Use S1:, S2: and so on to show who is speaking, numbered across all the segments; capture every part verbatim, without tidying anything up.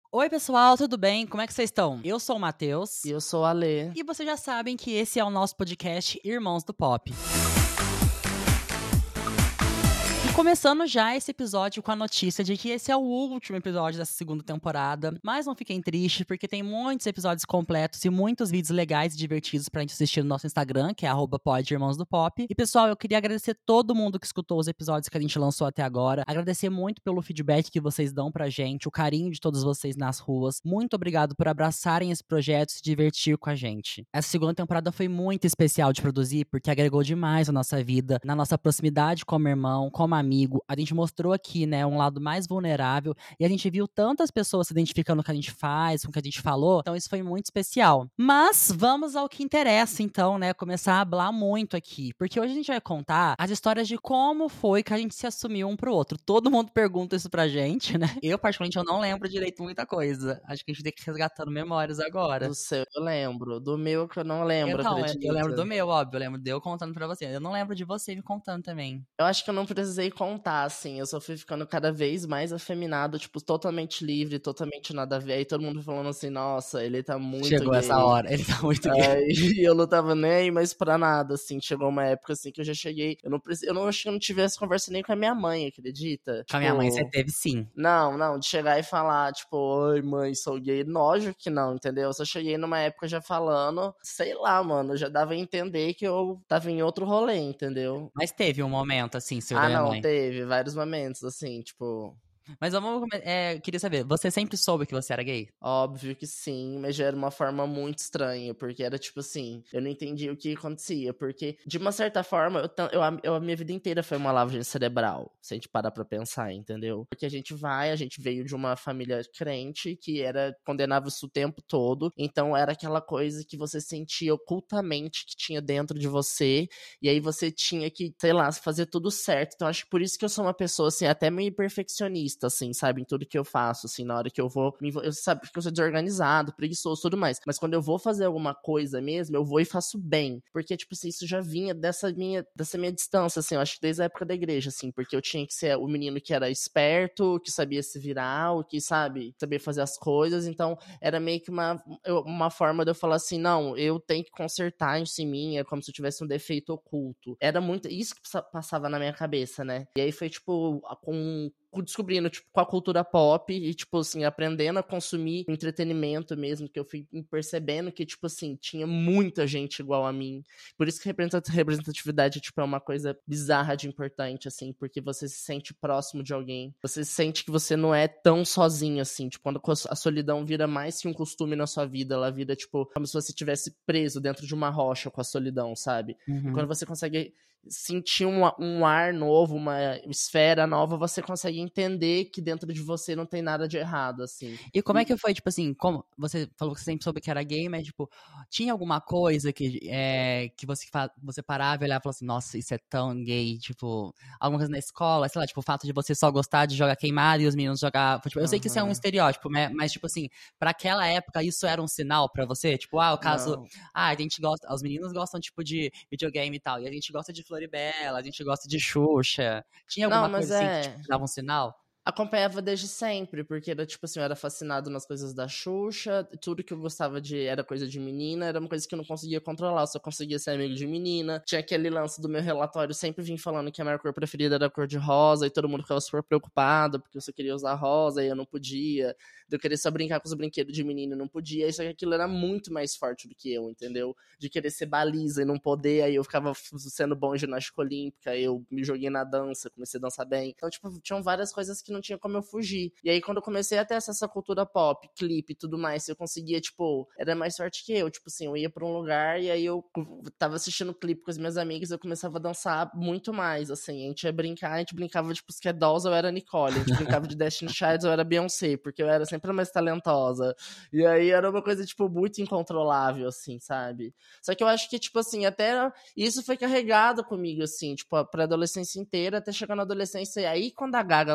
S1: Oi, pessoal, tudo bem? Como é que vocês estão? Eu sou o Matheus.
S2: E eu sou a Lê.
S1: E vocês já sabem que esse é o nosso podcast Irmãos do Pop. E começando já esse episódio com a notícia de que esse é o último episódio dessa segunda temporada. Mas não fiquem tristes, porque tem muitos episódios completos e muitos vídeos legais e divertidos pra gente assistir no nosso Instagram, que é arroba podirmãosdopop. E pessoal, eu queria agradecer todo mundo que escutou os episódios que a gente lançou até agora. Agradecer muito pelo feedback que vocês dão pra gente, o carinho de todos vocês nas ruas. Muito obrigado por abraçarem esse projeto e se divertir com a gente. Essa segunda temporada foi muito especial de produzir, porque agregou demais a nossa vida, na nossa proximidade como irmão, como amigo. A gente mostrou aqui, né, um lado mais vulnerável e a gente viu tantas pessoas se identificando com o que a gente faz, com o que a gente falou. Então isso foi muito especial. Mas vamos ao que interessa, então, né, começar a hablar muito aqui, porque hoje a gente vai contar as histórias de como foi que a gente se assumiu um pro outro. Todo mundo pergunta isso pra gente, né? Eu, particularmente, eu não lembro direito muita coisa. Acho que a gente tem que ir resgatando memórias agora.
S2: Do seu eu lembro. Do meu que eu não lembro,
S1: Então,
S2: acredita?
S1: eu lembro do meu, óbvio. Eu lembro de eu contando pra você. Eu não lembro de você me contando também.
S2: Eu acho que eu não precisei contar, assim. Eu só fui ficando cada vez mais afeminado, tipo, totalmente livre, totalmente nada a ver. Aí todo mundo falando assim, nossa, ele tá muito
S1: Chegou
S2: gay.
S1: essa hora, ele tá muito gay.
S2: Aí eu não tava nem aí mais pra nada, assim. Chegou uma época, assim, que eu já cheguei... Eu não, preci- eu não acho que eu não tive essa conversa nem com a minha mãe, acredita?
S1: Com a minha mãe você
S2: Tipo,
S1: teve sim.
S2: Não, não, de chegar e falar, tipo, oi, mãe, sou gay. Lógico que não, entendeu? Eu só cheguei numa época já falando, sei lá, mano, já dava a entender que eu tava em outro rolê, entendeu?
S1: Mas teve um momento, assim, seu da
S2: Ah,
S1: minha
S2: não,
S1: mãe.
S2: teve vários momentos, assim, tipo,
S1: Mas vamos. come- É, queria saber, você sempre soube que você era gay?
S2: óbvio que sim, mas já era uma forma muito estranha, porque era tipo assim, eu não entendia o que acontecia, porque de uma certa forma, eu, ta- eu, a- eu- a minha vida inteira foi uma lavagem cerebral, se a gente parar pra pensar, entendeu? Porque a gente vai, a gente veio de uma família crente que era, condenava isso o tempo todo, então era aquela coisa que você sentia ocultamente que tinha dentro de você, e aí você tinha que, sei lá, fazer tudo certo, então acho que por isso que eu sou uma pessoa, assim, até meio perfeccionista, assim, sabe, em tudo que eu faço, assim, na hora que eu vou, me envol- eu sabe, porque eu sou desorganizado, preguiçoso, tudo mais, mas quando eu vou fazer alguma coisa mesmo, eu vou e faço bem, porque, tipo assim, isso já vinha dessa minha, dessa minha distância, assim, eu acho que desde a época da igreja, assim, porque eu tinha que ser o menino que era esperto, que sabia se virar, o que, sabe, sabia fazer as coisas, então era meio que uma, eu- uma forma de eu falar assim, não, eu tenho que consertar isso em mim, é como se eu tivesse um defeito oculto, era muito, isso que passa- passava na minha cabeça, né, e aí foi, tipo, com com- descobrindo, tipo, com a cultura pop e, tipo, assim, aprendendo a consumir entretenimento mesmo, que eu fui percebendo que, tipo, assim, tinha muita gente igual a mim. Por isso que representa- representatividade, tipo, é uma coisa bizarra de importante, assim, porque você se sente próximo de alguém. Você sente que você não é tão sozinho, assim, tipo, quando a solidão vira mais que um costume na sua vida, ela vira, tipo, como se você estivesse preso dentro de uma rocha com a solidão, sabe? E quando você consegue sentir um, um ar novo, uma esfera nova, você consegue entender que dentro de você não tem nada de errado, assim.
S1: E como é
S2: E,
S1: que foi, tipo assim, como você falou que você sempre soube que era gay, mas, tipo, tinha alguma coisa que, é, que você, fa- você parava e olhava e falava assim, nossa, isso é tão gay, tipo, alguma coisa na escola, sei lá, tipo, o fato de você só gostar de jogar queimado e os meninos jogar, tipo, eu sei que isso é um
S2: Aham.
S1: estereótipo, né, mas, tipo assim, pra aquela época isso era um sinal pra você? Tipo, ah, o caso,
S2: Não.
S1: ah, a gente gosta, os meninos gostam, tipo, de videogame e tal, e a gente gosta de Floribela, a gente gosta de Xuxa, tinha
S2: Não,
S1: alguma
S2: mas
S1: coisa assim que, tipo,
S2: é.
S1: dava um sinal?
S2: Acompanhava desde sempre, porque era tipo assim, eu era fascinado nas coisas da Xuxa, tudo que eu gostava de era coisa de menina, era uma coisa que eu não conseguia controlar, eu só conseguia ser amigo de menina. Tinha aquele lance do meu relatório, sempre vim falando que a minha cor preferida era a cor de rosa, e todo mundo ficava super preocupado, porque eu só queria usar rosa e eu não podia. De eu querer só brincar com os brinquedos de menino e não podia, isso que aquilo era muito mais forte do que eu, entendeu? De querer ser baliza e não poder, aí eu ficava sendo bom em ginástica olímpica, eu me joguei na dança, comecei a dançar bem. Então, tipo, tinham várias coisas que não tinha como eu fugir. E aí, quando eu comecei a ter essa cultura pop, clipe e tudo mais, eu conseguia, tipo, era mais forte que eu. Tipo assim, eu ia pra um lugar e aí eu tava assistindo clipe com as minhas amigas, eu começava a dançar muito mais, assim. A gente ia brincar, a gente brincava de Pussycat Dolls, eu era Nicole. A gente brincava de Destiny Childs, eu era Beyoncé, porque eu era sempre a mais talentosa. E aí era uma coisa, tipo, muito incontrolável, assim, sabe? Só que eu acho que, tipo assim, até isso foi carregado comigo, assim, tipo, a pré-adolescência inteira, até chegar na adolescência. E aí, quando a Gaga lançou Born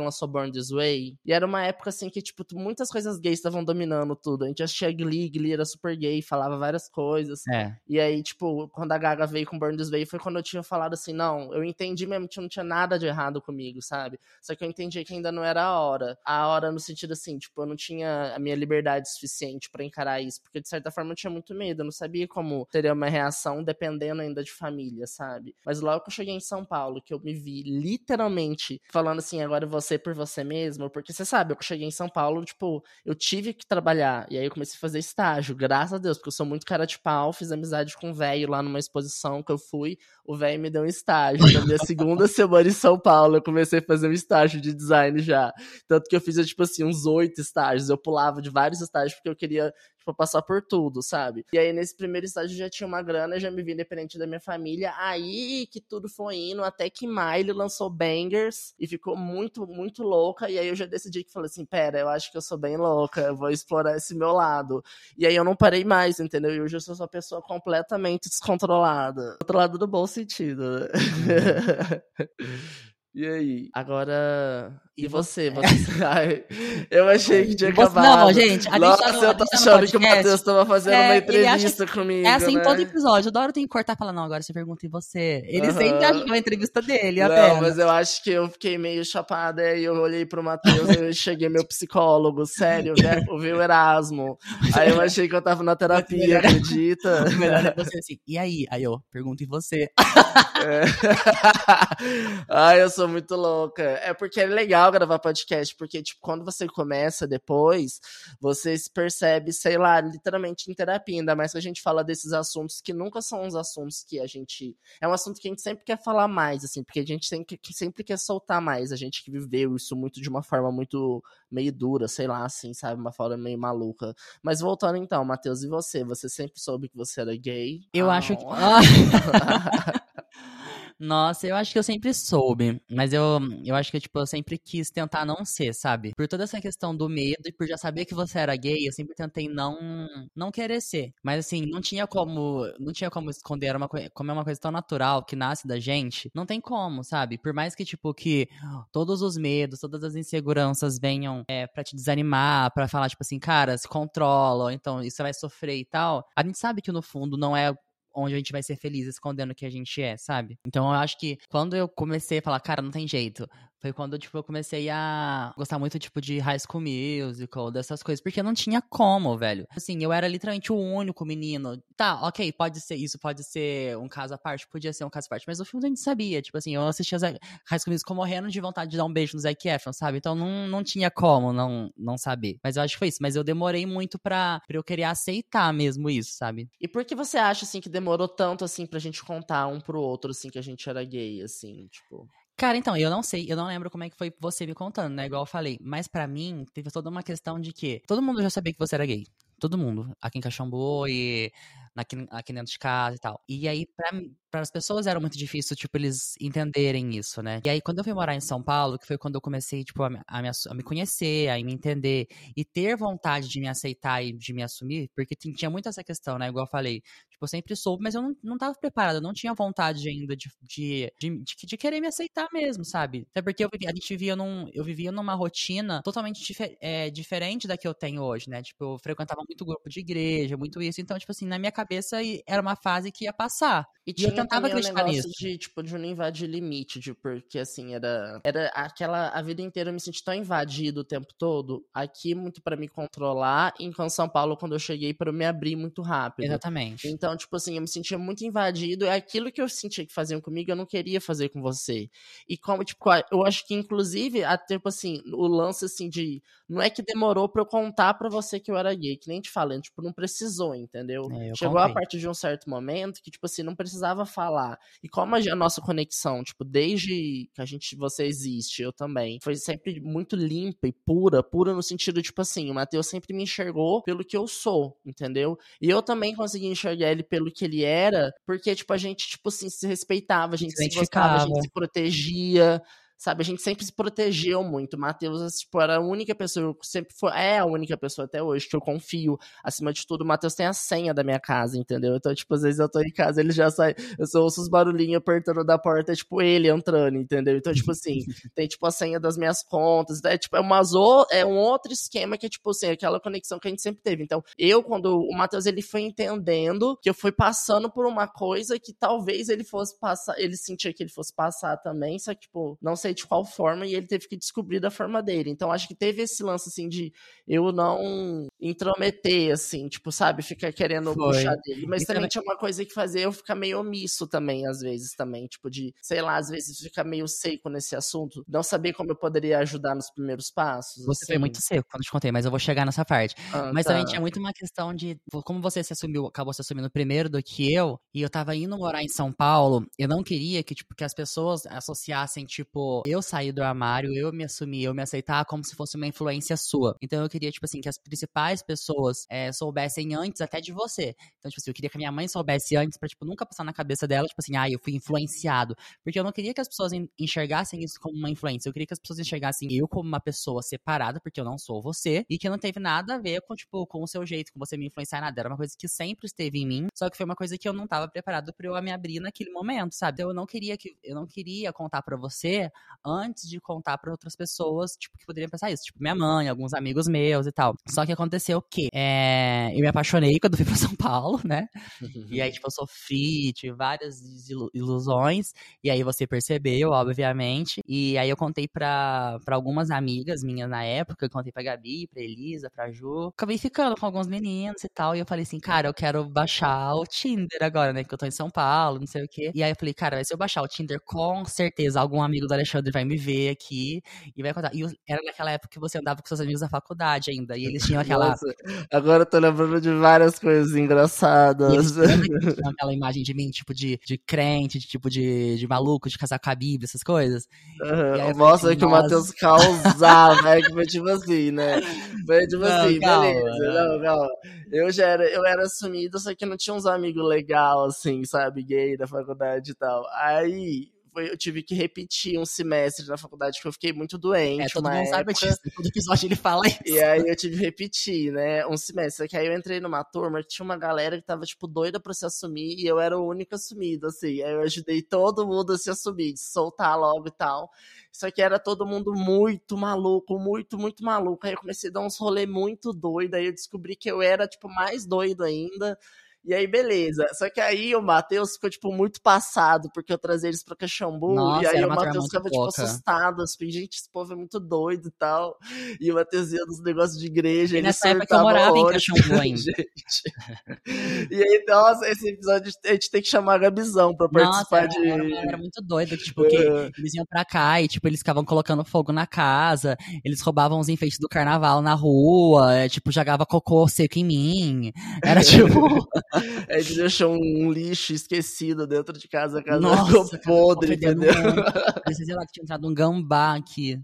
S2: Born This Way. E era uma época, assim, que, tipo, muitas coisas gays estavam dominando tudo. A gente assistia Glee, Glee era super gay, falava várias coisas.
S1: É.
S2: E aí, tipo, quando a Gaga veio com Born This Way, foi quando eu tinha falado assim, não, eu entendi mesmo que não tinha nada de errado comigo, sabe? Só que eu entendi que ainda não era a hora. A hora no sentido assim, tipo, eu não tinha a minha liberdade suficiente pra encarar isso, porque de certa forma eu tinha muito medo, eu não sabia como teria uma reação dependendo ainda de família, sabe? Mas logo que eu cheguei em São Paulo, que eu me vi literalmente falando assim, agora você por você mesmo, porque você sabe, eu cheguei em São Paulo, tipo, eu tive que trabalhar, e aí eu comecei a fazer estágio, graças a Deus, porque eu sou muito cara de pau, fiz amizade com um velho lá numa exposição que eu fui, o velho me deu um estágio, na minha segunda semana em São Paulo, eu comecei a fazer um estágio de design já, tanto que eu fiz, tipo assim, uns oito estágios, eu pulava de vários estágios porque eu queria, tipo, passar por tudo, sabe? E aí, nesse primeiro estágio, eu já tinha uma grana, já me vi independente da minha família, aí que tudo foi indo, até que Miley lançou Bangers, e ficou muito, muito louca, e aí eu já decidi que falei assim, pera, eu acho que eu sou bem louca, eu vou explorar esse meu lado. E aí eu não parei mais, entendeu? E hoje eu sou uma pessoa completamente descontrolada. Controlada no bom sentido, né? Uhum. E aí? Agora... E você? você... Ai, eu achei que tinha
S1: você...
S2: acabado.
S1: Não, gente, a
S2: Nossa,
S1: gente tá no,
S2: eu tô achando que o Matheus tava fazendo é, uma entrevista
S1: acha...
S2: comigo,
S1: É assim,
S2: né?
S1: todo episódio. O Doro tem que cortar e falar, não, agora você pergunta em você. Ele uhum. sempre acha que é uma entrevista dele,
S2: Não,
S1: apenas.
S2: mas eu acho que eu fiquei meio chapada, e eu olhei pro Matheus, e eu cheguei meu psicólogo, sério, ouvi o Erasmo. Aí eu achei que eu tava na terapia, melhor, acredita?
S1: O melhor é você assim, e aí? Aí eu pergunto em você.
S2: É. Ai, eu sou muito louca. É porque é legal gravar podcast, porque, tipo, quando você começa depois, você se percebe, sei lá, literalmente em terapia, ainda mais que a gente fala desses assuntos que nunca são os assuntos que a gente... É um assunto que a gente sempre quer falar mais, assim, porque a gente sempre, sempre quer soltar mais, a gente que viveu isso muito de uma forma muito meio dura, sei lá, assim, sabe? Uma forma meio maluca. Mas voltando então, Matheus, e você? Você sempre soube que você era gay?
S1: Eu
S2: oh.
S1: acho que... Nossa, eu acho que eu sempre soube, mas eu, eu acho que tipo, eu sempre quis tentar não ser, sabe? Por toda essa questão do medo e por já saber que você era gay, eu sempre tentei não não querer ser. Mas assim, não tinha como, não tinha como esconder, era uma coisa, como é uma coisa tão natural que nasce da gente, não tem como, sabe? Por mais que tipo que todos os medos, todas as inseguranças venham é, para te desanimar, pra falar tipo assim, cara, se controla, ou então isso você vai sofrer e tal. A gente sabe que no fundo não é onde a gente vai ser feliz escondendo o que a gente é, sabe? Então eu acho que quando eu comecei a falar, cara, não tem jeito, foi quando, tipo, eu comecei a gostar muito, tipo, de High School Musical, dessas coisas, porque não tinha como, velho. Assim, eu era literalmente o único menino. Tá, ok, pode ser isso, pode ser um caso à parte, podia ser um caso à parte, mas no filme a gente sabia, tipo assim, eu assistia High School Musical morrendo de vontade de dar um beijo no Zac Efron, sabe? Então não, não tinha como não, não saber. Mas eu acho que foi isso, mas eu demorei muito pra, pra eu querer aceitar mesmo isso, sabe?
S2: E por que você acha, assim, que demorou tanto, assim, pra gente contar um pro outro, assim, que a gente era gay, assim, tipo...
S1: Cara, então, eu não sei, eu não lembro como é que foi você me contando, né, igual eu falei, mas pra mim, teve toda uma questão de que todo mundo já sabia que você era gay, todo mundo, aqui em Caxambu e aqui, aqui dentro de casa e tal, e aí pra mim, para as pessoas era muito difícil, tipo, eles entenderem isso, né? E aí, quando eu fui morar em São Paulo, que foi quando eu comecei, tipo, a me, a me, a me conhecer, a me entender e ter vontade de me aceitar e de me assumir, porque tinha muito essa questão, né? Igual eu falei, tipo, eu sempre soube, mas eu não, não tava preparada, eu não tinha vontade ainda de, de, de, de, de querer me aceitar mesmo, sabe? Até porque eu vivia, a gente vivia num, eu vivia numa rotina totalmente difer, é, diferente da que eu tenho hoje, né? Tipo, eu frequentava muito grupo de igreja, muito isso, então, tipo assim, na minha cabeça era uma fase que ia passar.
S2: E,
S1: e
S2: tinha
S1: eu tentava
S2: também um
S1: acreditar
S2: negócio
S1: nisso.
S2: de, tipo, de não invadir limite, de, porque, assim, era, era aquela, a vida inteira eu me senti tão invadido o tempo todo, aqui muito pra me controlar, enquanto São Paulo, quando eu cheguei, pra eu me abrir muito rápido.
S1: Exatamente.
S2: Então, tipo assim, eu me sentia muito invadido, e aquilo que eu sentia que faziam comigo, eu não queria fazer com você. E como, tipo, eu acho que, inclusive, a, tipo assim, o lance, assim, de, não é que demorou pra eu contar pra você que eu era gay, que nem te falei, tipo, não precisou, entendeu?
S1: É,
S2: Chegou
S1: contei.
S2: a partir de um certo momento que, tipo assim, não precisava falar. E como a nossa conexão, tipo, desde que a gente, você existe, eu também, foi sempre muito limpa e pura, pura no sentido, tipo assim, o Matheus sempre me enxergou pelo que eu sou, entendeu? E eu também consegui enxergar ele pelo que ele era, porque, tipo, a gente, tipo assim, se respeitava, a gente se, se gostava, a gente se protegia, sabe? A gente sempre se protegeu muito. O Matheus, tipo, era a única pessoa, sempre foi, é a única pessoa até hoje que eu confio. Acima de tudo, o Matheus tem a senha da minha casa, entendeu? Então, tipo, às vezes eu tô em casa, ele já sai, eu só ouço os barulhinhos apertando da porta, é tipo ele entrando, entendeu? Então, tipo assim, tem, tipo, a senha das minhas contas, é, tipo, é, umas o... é um outro esquema que é, tipo assim, aquela conexão que a gente sempre teve. Então, eu, quando o Matheus, ele foi entendendo que eu fui passando por uma coisa que talvez ele fosse passar, ele sentia que ele fosse passar também, só que, tipo, não sei de qual forma, e ele teve que descobrir da forma dele. Então, acho que teve esse lance, assim, de eu não intrometer, assim, tipo, sabe, ficar querendo
S1: Foi.
S2: puxar dele. Mas
S1: E
S2: também
S1: também-
S2: tinha uma coisa que fazia eu ficar meio omisso também, às vezes, também, tipo, de, sei lá, às vezes ficar meio seco nesse assunto, não saber como eu poderia ajudar nos primeiros passos,
S1: Você foi
S2: assim.
S1: muito seco quando eu te contei, mas eu vou chegar nessa parte.
S2: Ah,
S1: Mas também
S2: tá.
S1: tinha muito uma questão de, como você se assumiu, acabou se assumindo primeiro do que eu, e eu tava indo morar em São Paulo, eu não queria que, tipo, que as pessoas associassem, tipo, eu sair do armário, eu me assumir, eu me aceitar como se fosse uma influência sua. Então eu queria, tipo assim, que as principais pessoas é, soubessem antes até de você. Então, tipo assim, eu queria que a minha mãe soubesse antes pra, tipo, nunca passar na cabeça dela, tipo assim, ah, eu fui influenciado. Porque eu não queria que as pessoas enxergassem isso como uma influência, eu queria que as pessoas enxergassem eu como uma pessoa separada, porque eu não sou você, e que não teve nada a ver com, tipo, com o seu jeito, com você me influenciar nada. Era uma coisa que sempre esteve em mim, só que foi uma coisa que eu não tava preparado pra eu me abrir naquele momento, sabe? Então eu não queria que eu não queria contar pra você antes de contar pra outras pessoas, tipo, que poderiam pensar isso, tipo, minha mãe, alguns amigos meus e tal. Só que aconteceu o quê? É, eu me apaixonei quando fui pra São Paulo, né? E aí, tipo, eu sofri, tive várias desilu- ilusões. E aí você percebeu, obviamente. E aí eu contei pra, pra algumas amigas minhas na época. Eu contei pra Gabi, pra Elisa, pra Ju. Acabei ficando com alguns meninos e tal. E eu falei assim, cara, eu quero baixar o Tinder agora, né? Que eu tô em São Paulo, não sei o quê. E aí eu falei, cara, se eu baixar o Tinder, com certeza algum amigo do Alexandre vai me ver aqui e vai contar. E eu- era naquela época que você andava com seus amigos da faculdade ainda. E eles tinham aquela.
S2: Nossa, agora eu tô lembrando de várias coisas
S1: E eles
S2: engraçadas.
S1: lembra que eles tinham aquela imagem de mim, tipo, de, de crente, de tipo de, de maluco, de casar com a Bíblia, essas coisas. E aí
S2: Uhum.
S1: eu falei
S2: Mostra
S1: assim,
S2: que o
S1: nossa.
S2: Matheus causava, é que foi tipo assim, né? Foi tipo
S1: Não,
S2: assim,
S1: calma.
S2: beleza, não, calma. Eu já era, eu era assumido, só que não tinha uns amigos legais, assim, sabe, gay da faculdade e tal. Aí foi, eu tive que repetir um semestre na faculdade, porque eu fiquei muito
S1: É,
S2: doente
S1: todo
S2: uma
S1: mundo sabe
S2: época.
S1: disso. Todo episódio ele fala
S2: E
S1: isso.
S2: aí eu tive que repetir, né, um semestre. Só que aí eu entrei numa turma que tinha uma galera que tava, tipo, doida pra se assumir e eu era o único assumido, assim. Aí eu ajudei todo mundo a se assumir, de soltar logo e tal. Só que era todo mundo muito maluco, muito, muito maluco. Aí eu comecei a dar uns rolê muito doido. Aí eu descobri que eu era, tipo, mais doido ainda. E aí, beleza. Só que aí o Matheus ficou, tipo, muito passado, porque eu trazia eles pra Caxambu. E
S1: Nossa,
S2: aí
S1: era
S2: o
S1: uma turma
S2: Matheus
S1: muito
S2: ficava, tipo,
S1: louca.
S2: assustado. Assim, gente, esse povo é muito doido e tal. E o Matheus ia nos negócios de igreja,
S1: E
S2: ele
S1: nessa época eu
S2: surtava
S1: morava em
S2: horrores com
S1: Caxambu
S2: a
S1: ainda.
S2: gente. E aí, nossa, esse episódio a gente tem que chamar a Gabizão pra
S1: Nossa,
S2: participar
S1: era, era uma galera
S2: de.
S1: muito doida, que, tipo, que eles iam pra cá e, tipo, eles ficavam colocando fogo na casa, eles roubavam os enfeites do carnaval na rua, é, tipo, jogava cocô seco em mim. Era, tipo,
S2: A gente deixou um lixo esquecido dentro de casa, a casa ficou
S1: nossa, a casa ficou
S2: podre,
S1: fedendo
S2: entendeu?
S1: muito. Parecia, sei lá, que tinha entrado um gambá aqui.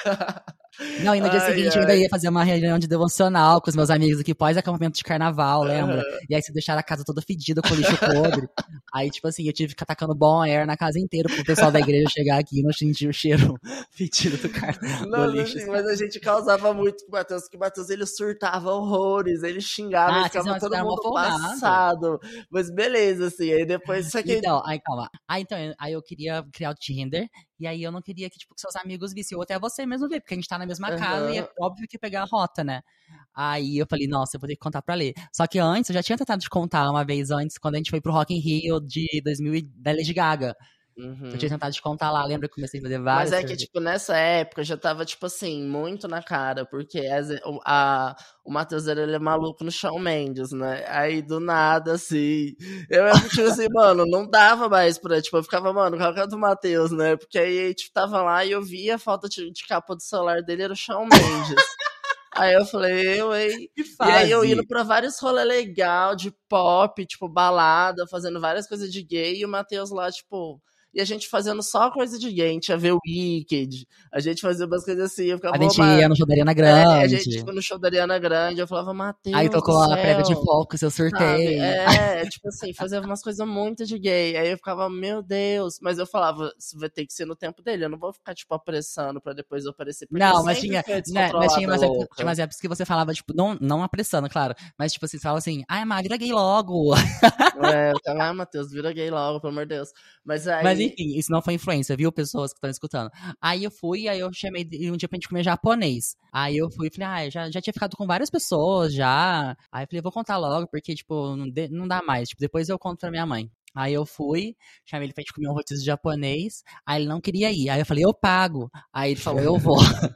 S1: Não, e no dia
S2: Ai,
S1: seguinte eu ainda
S2: ai.
S1: ia fazer uma reunião de devocional com os meus amigos aqui, pós-acampamento de carnaval, lembra?
S2: Aham.
S1: E aí se deixaram a casa toda fedida com lixo podre. Aí, tipo assim, eu tive que ficar tacando bom air na casa inteira pro pessoal da igreja chegar aqui e não sentir o cheiro fedido do, car... do
S2: Nossa,
S1: lixo,
S2: assim, mas
S1: sabe?
S2: a gente causava muito com o Matheus, que o Matheus ele surtava horrores, ele xingava e
S1: Ah, vocês,
S2: ficava
S1: vocês
S2: todo
S1: eram mó
S2: mundo
S1: folgado.
S2: passado. Mas beleza, assim, aí depois. Só que.
S1: Então, aí calma. Aí então, eu- aí eu queria criar o Tinder, e aí eu não queria que, tipo, que seus amigos vissem, ou até você mesmo ver, porque a gente tá na mesma casa e é
S2: Aham.
S1: óbvio que ia pegar a rota, né? Aí eu falei, nossa, eu vou ter que contar pra ler. Só que antes, eu já tinha tentado de contar uma vez antes, quando a gente foi pro Rock in Rio de dois mil e- da Lady Gaga. Eu tinha
S2: Uhum.
S1: tentado de contar lá, lembra que eu comecei a fazer
S2: Mas
S1: várias
S2: é que,
S1: perguntas.
S2: tipo, nessa época já tava, tipo assim, muito na cara, porque as- o, a, o Matheus ele é maluco no Shawn Mendes, né? Aí do nada, assim. Eu, eu, tipo assim, mano, não dava mais pra. Tipo, eu ficava, mano, qual que é do Matheus, né? Porque aí, tipo, tava lá e eu via a foto de, de capa do celular dele, era o Shawn Mendes. Aí eu falei, eu, hein?
S1: Que
S2: E aí eu indo
S1: fase!
S2: pra vários rolê legal, de pop, tipo, balada, fazendo várias coisas de gay, e o Matheus lá, tipo. e a gente fazendo só coisa de gay, a gente ia ver o Wicked, a gente fazia umas coisas assim, eu ficava,
S1: A gente
S2: "Ô,
S1: ia
S2: Ma-"
S1: no show da Ariana
S2: É, a gente
S1: Grande.
S2: foi no show da Ariana Grande, eu falava,
S1: Aí
S2: Matheus do
S1: tocou a prévia de
S2: céu,
S1: Focus, eu
S2: sabe?
S1: surtei.
S2: É, tipo assim, fazia umas coisas muito de gay. Aí eu ficava, meu Deus. Mas eu falava, isso vai ter que ser no tempo dele. Eu não vou ficar, tipo, apressando pra depois eu aparecer. Porque eu
S1: Não, mas
S2: sempre
S1: tinha,
S2: fui a
S1: né, mas tinha
S2: descontrolada
S1: umas, épocas, tinha
S2: louca.
S1: umas épocas que você falava, tipo, não, não apressando, claro, mas tipo, você fala assim, ai, Magra, gay logo.
S2: É, eu ficava, ah, Matheus, vira gay logo, pelo amor de Deus. Mas
S1: Mas
S2: aí.
S1: enfim, isso não foi influência, viu, pessoas que estão escutando. Aí eu fui, aí eu chamei de- um dia pra gente comer japonês. Aí eu fui e falei, ah, eu já, já tinha ficado com várias pessoas, já. Aí eu falei, vou contar logo, porque, tipo, não, de- não dá mais. Tipo, depois eu conto pra minha mãe. Aí eu fui, chamei ele pra gente comer um rodízio japonês, aí ele não queria ir. Aí eu falei, eu pago. Aí ele falou, eu vou.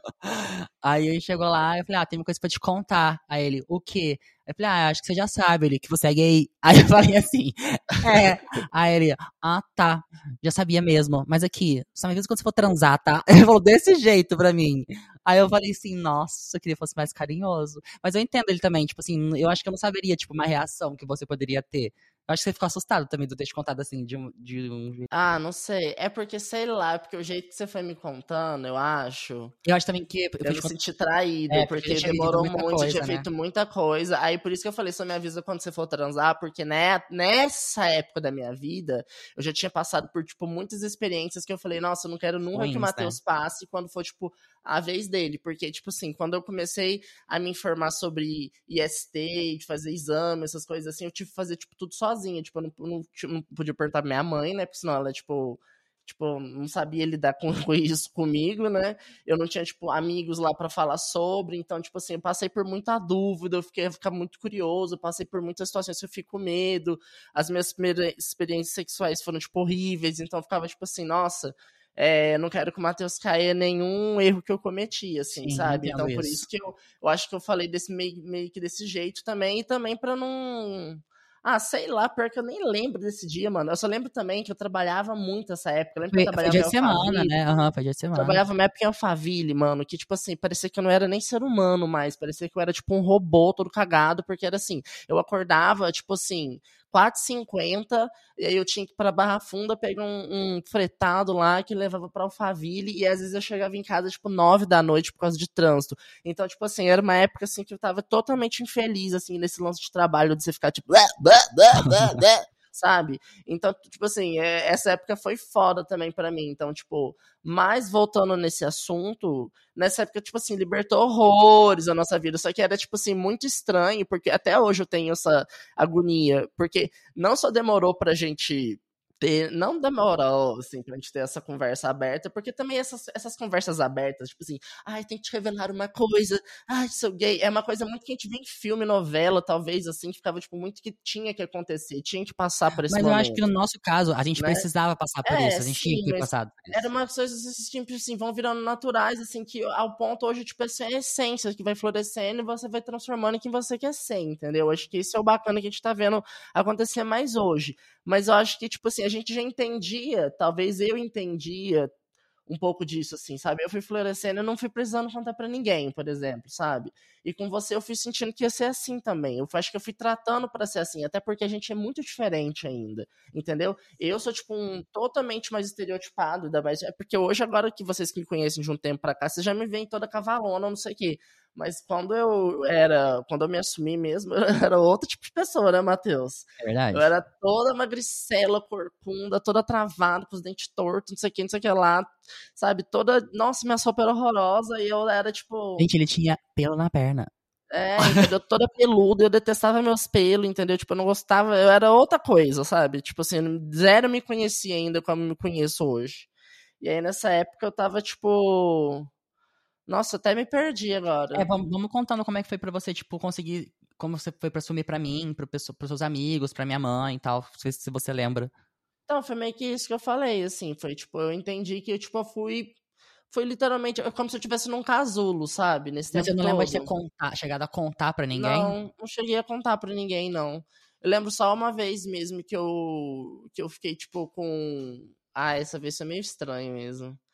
S1: Aí ele chegou lá, eu falei, ah, tem uma coisa pra te contar. Aí ele, o quê? Eu falei, ah, acho que você já sabe, ele, que você é gay. Aí eu falei assim, é. Aí ele, ah, tá, já sabia mesmo. Mas aqui, só me avisa quando você for transar, tá? Ele falou desse jeito pra mim. Aí eu falei assim, nossa, eu queria que fosse mais carinhoso. Mas eu entendo ele também, tipo assim, eu acho que eu não saberia, tipo, uma reação que você poderia ter. Eu acho que você ficou assustado também de eu ter te contado assim, de um, de um jeito.
S2: Ah, não sei. É porque, sei lá, porque o jeito que você foi me contando, eu acho.
S1: Eu acho também que eu
S2: Eu
S1: fui
S2: me
S1: te contar.
S2: senti traído,
S1: É, porque já
S2: porque
S1: tinha vivido
S2: demorou
S1: muita
S2: muito, você tinha
S1: coisa, né?
S2: feito muita coisa. Aí por isso que eu falei, só me avisa quando você for transar, porque né, nessa época da minha vida, eu já tinha passado por, tipo, muitas experiências que eu falei, nossa, eu não quero nunca que o
S1: Ruins, né?
S2: Matheus passe quando for, tipo, a vez dele. Porque, tipo assim, quando eu comecei a me informar sobre I S T, de fazer exame, essas coisas assim, eu tive que fazer, tipo, tudo sozinha. Tipo, eu não, não, não podia perguntar pra minha mãe, né? Porque senão ela, tipo. Tipo, não sabia lidar com, com isso comigo, né? Eu não tinha, tipo, amigos lá pra falar sobre, então, tipo assim, eu passei por muita dúvida, eu fiquei ficar muito curioso, eu passei por muitas situações que eu fico com medo, as minhas primeiras experiências sexuais foram, tipo, horríveis, então eu ficava, tipo assim, nossa, é, não quero que o Matheus caia em nenhum erro que eu cometi, assim,
S1: Sim, eu
S2: sabe?
S1: entendo
S2: Então, por
S1: isso.
S2: isso que eu, eu acho que eu falei desse meio, meio que desse jeito também, e também pra não... Ah, sei lá, pior que eu nem lembro desse dia, mano. Eu só lembro também que eu trabalhava muito essa época. Eu lembro que eu
S1: Foi, foi
S2: trabalhava
S1: dia
S2: em
S1: de semana,
S2: Alphaville.
S1: né? Aham, foi dia de
S2: Eu
S1: semana.
S2: trabalhava uma época em Alphaville, mano, que, tipo assim, parecia que eu não era nem ser humano mais. Parecia que eu era, tipo, um robô todo cagado, porque era assim, eu acordava, tipo assim, quatro e cinquenta, e aí eu tinha que ir pra Barra Funda pegar um, um fretado lá que levava pra Alphaville, e às vezes eu chegava em casa, tipo, nove da noite por causa de trânsito. Então, tipo assim, era uma época, assim, que eu tava totalmente infeliz, assim, nesse lance de trabalho, de você ficar, tipo, blá, blá, blá, blá, blá, sabe? Então, tipo assim, é, essa época foi foda também pra mim. Então, tipo, mas voltando nesse assunto, nessa época, tipo assim, libertou horrores a nossa vida. Só que era, tipo assim, muito estranho, porque até hoje eu tenho essa agonia. Porque não só demorou pra gente ter. Não demorou, assim, pra gente ter essa conversa aberta, porque também essas, essas conversas abertas, tipo assim, ai, tem que te revelar uma coisa, ai, sou gay. É uma coisa muito que a gente vê em filme, novela, talvez, assim, que ficava, tipo, muito que tinha que acontecer, tinha que passar por esse
S1: Mas eu acho que no
S2: momento,
S1: nosso caso, a gente
S2: né?
S1: precisava passar por
S2: É,
S1: isso, a gente tinha que
S2: sim,
S1: ter
S2: mas
S1: passado por
S2: era
S1: isso.
S2: umas coisas assim, tipo assim, vão virando naturais, assim, que ao ponto hoje, tipo assim, é a essência que vai florescendo e você vai transformando em quem você quer ser, entendeu? Acho que isso é o bacana que a gente tá vendo acontecer mais hoje. Mas eu acho que, tipo assim, a gente já entendia, talvez eu entendia um pouco disso, assim, sabe? Eu fui florescendo e não fui precisando contar pra ninguém, por exemplo, sabe? E com você eu fui sentindo que ia ser assim também. Eu acho que eu fui tratando pra ser assim, até porque a gente é muito diferente ainda, entendeu? Eu sou, tipo, um totalmente mais estereotipado, ainda mais. É porque hoje, agora que vocês me conhecem de um tempo pra cá, vocês já me veem toda cavalona, não sei o quê. Mas quando eu era. Quando eu me assumi mesmo, eu era outro tipo de pessoa, né, Matheus?
S1: É
S2: Eu
S1: verdade?
S2: era toda magricela, corcunda, toda travada, com os dentes tortos, não sei o que, não sei o que lá, sabe? Toda. Nossa, minha sopa era horrorosa e eu era tipo.
S1: Gente, ele tinha pelo na perna.
S2: É, entendeu? Toda peluda, eu detestava meus pelos, entendeu? Tipo, eu não gostava, eu era outra coisa, sabe? Tipo assim, zero me conhecia ainda como me conheço hoje. E aí nessa época eu tava tipo. Nossa, até me perdi
S1: É,
S2: agora.
S1: vamos, vamos contando como é que foi pra você, tipo, conseguir. Como você foi pra assumir pra mim, pro, pesso- pros seus amigos, pra minha mãe e tal. Não sei se você lembra.
S2: Então, foi meio que isso que eu falei, assim, foi tipo, eu entendi que eu, tipo, eu fui. Foi literalmente é como se eu estivesse num casulo, sabe? Nesse
S1: Mas você
S2: tempo
S1: não lembra de ter
S2: todo.
S1: contar, chegado a contar pra ninguém?
S2: Não, não cheguei a contar pra ninguém, não. Eu lembro só uma vez mesmo que eu, que eu fiquei, tipo, com. Ah, essa vez foi meio estranho mesmo.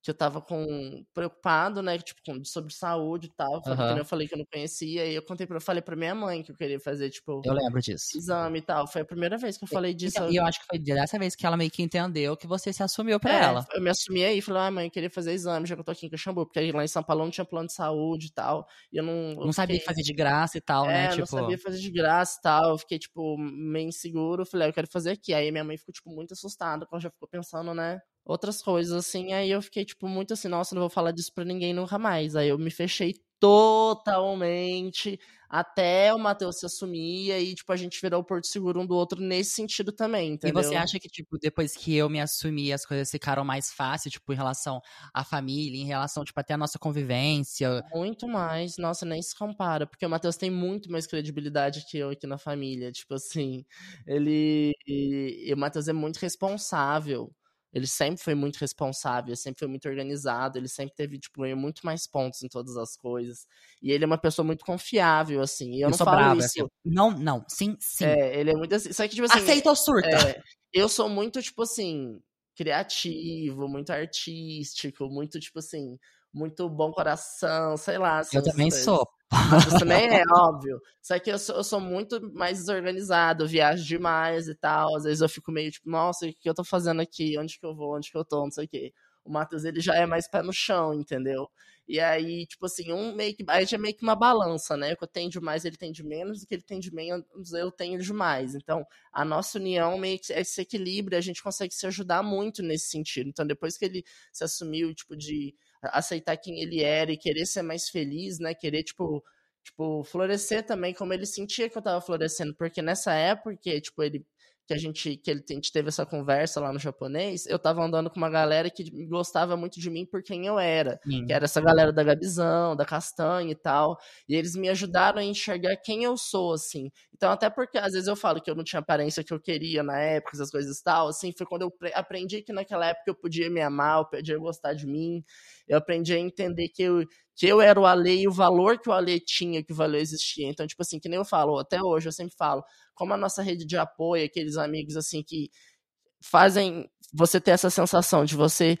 S2: que eu tava com preocupado, né, tipo, com, sobre saúde e tal, que
S1: Aham.
S2: eu falei que eu não conhecia, e eu contei pra, eu falei pra minha mãe que eu queria fazer, tipo,
S1: Eu lembro disso.
S2: exame e tal. Foi a primeira vez que eu
S1: E
S2: falei disso.
S1: então, e eu acho que foi dessa vez que ela meio que entendeu que você se assumiu pra
S2: É,
S1: ela.
S2: eu me assumi aí, falei, ah, mãe, eu queria fazer exame, já que eu tô aqui em Caxambu, porque aí lá em São Paulo não tinha plano de saúde e tal, e eu não, eu
S1: Não sabia
S2: fiquei,
S1: que fazia de graça e tal, né,
S2: é, não
S1: tipo...
S2: sabia fazer de graça e tal, eu fiquei, tipo, meio inseguro, falei, ah, eu quero fazer aqui. Aí minha mãe ficou, tipo, muito assustada, porque ela já ficou pensando, né, outras coisas, assim, aí eu fiquei, tipo, muito assim, nossa, não vou falar disso pra ninguém nunca mais. Aí eu me fechei totalmente, até o Matheus se assumir, e aí, tipo, a gente virou o porto seguro um do outro nesse sentido também,
S1: E você
S2: entendeu?
S1: acha que, tipo, depois que eu me assumi, as coisas ficaram mais fáceis, tipo, em relação à família, em relação, tipo, até a nossa convivência?
S2: Muito mais, nossa, nem se compara, porque o Matheus tem muito mais credibilidade que eu aqui na família, tipo assim, ele, e, e o Matheus é muito responsável, ele sempre foi muito responsável, sempre foi muito organizado, ele sempre teve, tipo, ganhou muito mais pontos em todas as coisas, e ele é uma pessoa muito confiável, assim, e eu
S1: Eu
S2: não
S1: sou
S2: falo
S1: brava, assim,
S2: isso,
S1: não, não, sim, sim.
S2: é, ele é muito assim, só que, tipo assim,
S1: Aceita ou surta?
S2: é, eu sou muito, tipo assim, criativo, muito artístico, muito, tipo assim, muito bom coração, sei lá,
S1: Eu
S2: essas
S1: também
S2: coisas.
S1: sou.
S2: Matheus também é, óbvio. Só que eu sou, eu sou muito mais desorganizado, eu viajo demais e tal. Às vezes eu fico meio tipo, nossa, o que eu tô fazendo aqui? Onde que eu vou? Onde que eu tô? Não sei o quê. O Matheus, ele já é mais pé no chão, entendeu? E aí, tipo assim, um meio que. Aí já é meio que uma balança, né? O que eu tenho de mais, ele tem de menos, o que ele tem de menos, eu tenho de mais. Então, a nossa união meio que se equilibra, a gente consegue se ajudar muito nesse sentido. Então, depois que ele se assumiu, tipo, de aceitar quem ele era e querer ser mais feliz, né? Querer, tipo, tipo, florescer também como ele sentia que eu tava florescendo, porque nessa época, tipo, ele que a gente que ele, a gente teve essa conversa lá no japonês, eu tava andando com uma galera que gostava muito de mim por quem eu era, que
S1: Sim.
S2: era essa galera da Gabizão, da Castanha e tal, e eles me ajudaram a enxergar quem eu sou, assim. Então, até porque às vezes eu falo que eu não tinha a aparência que eu queria na época, essas coisas e tal, assim, foi quando eu aprendi que naquela época eu podia me amar, eu podia gostar de mim, eu aprendi a entender que eu, que eu era o Ale e o valor que o Ale tinha, que o valor existia. Então, tipo assim, que nem eu falo, até hoje eu sempre falo, como a nossa rede de apoio, aqueles amigos assim que fazem você ter essa sensação de você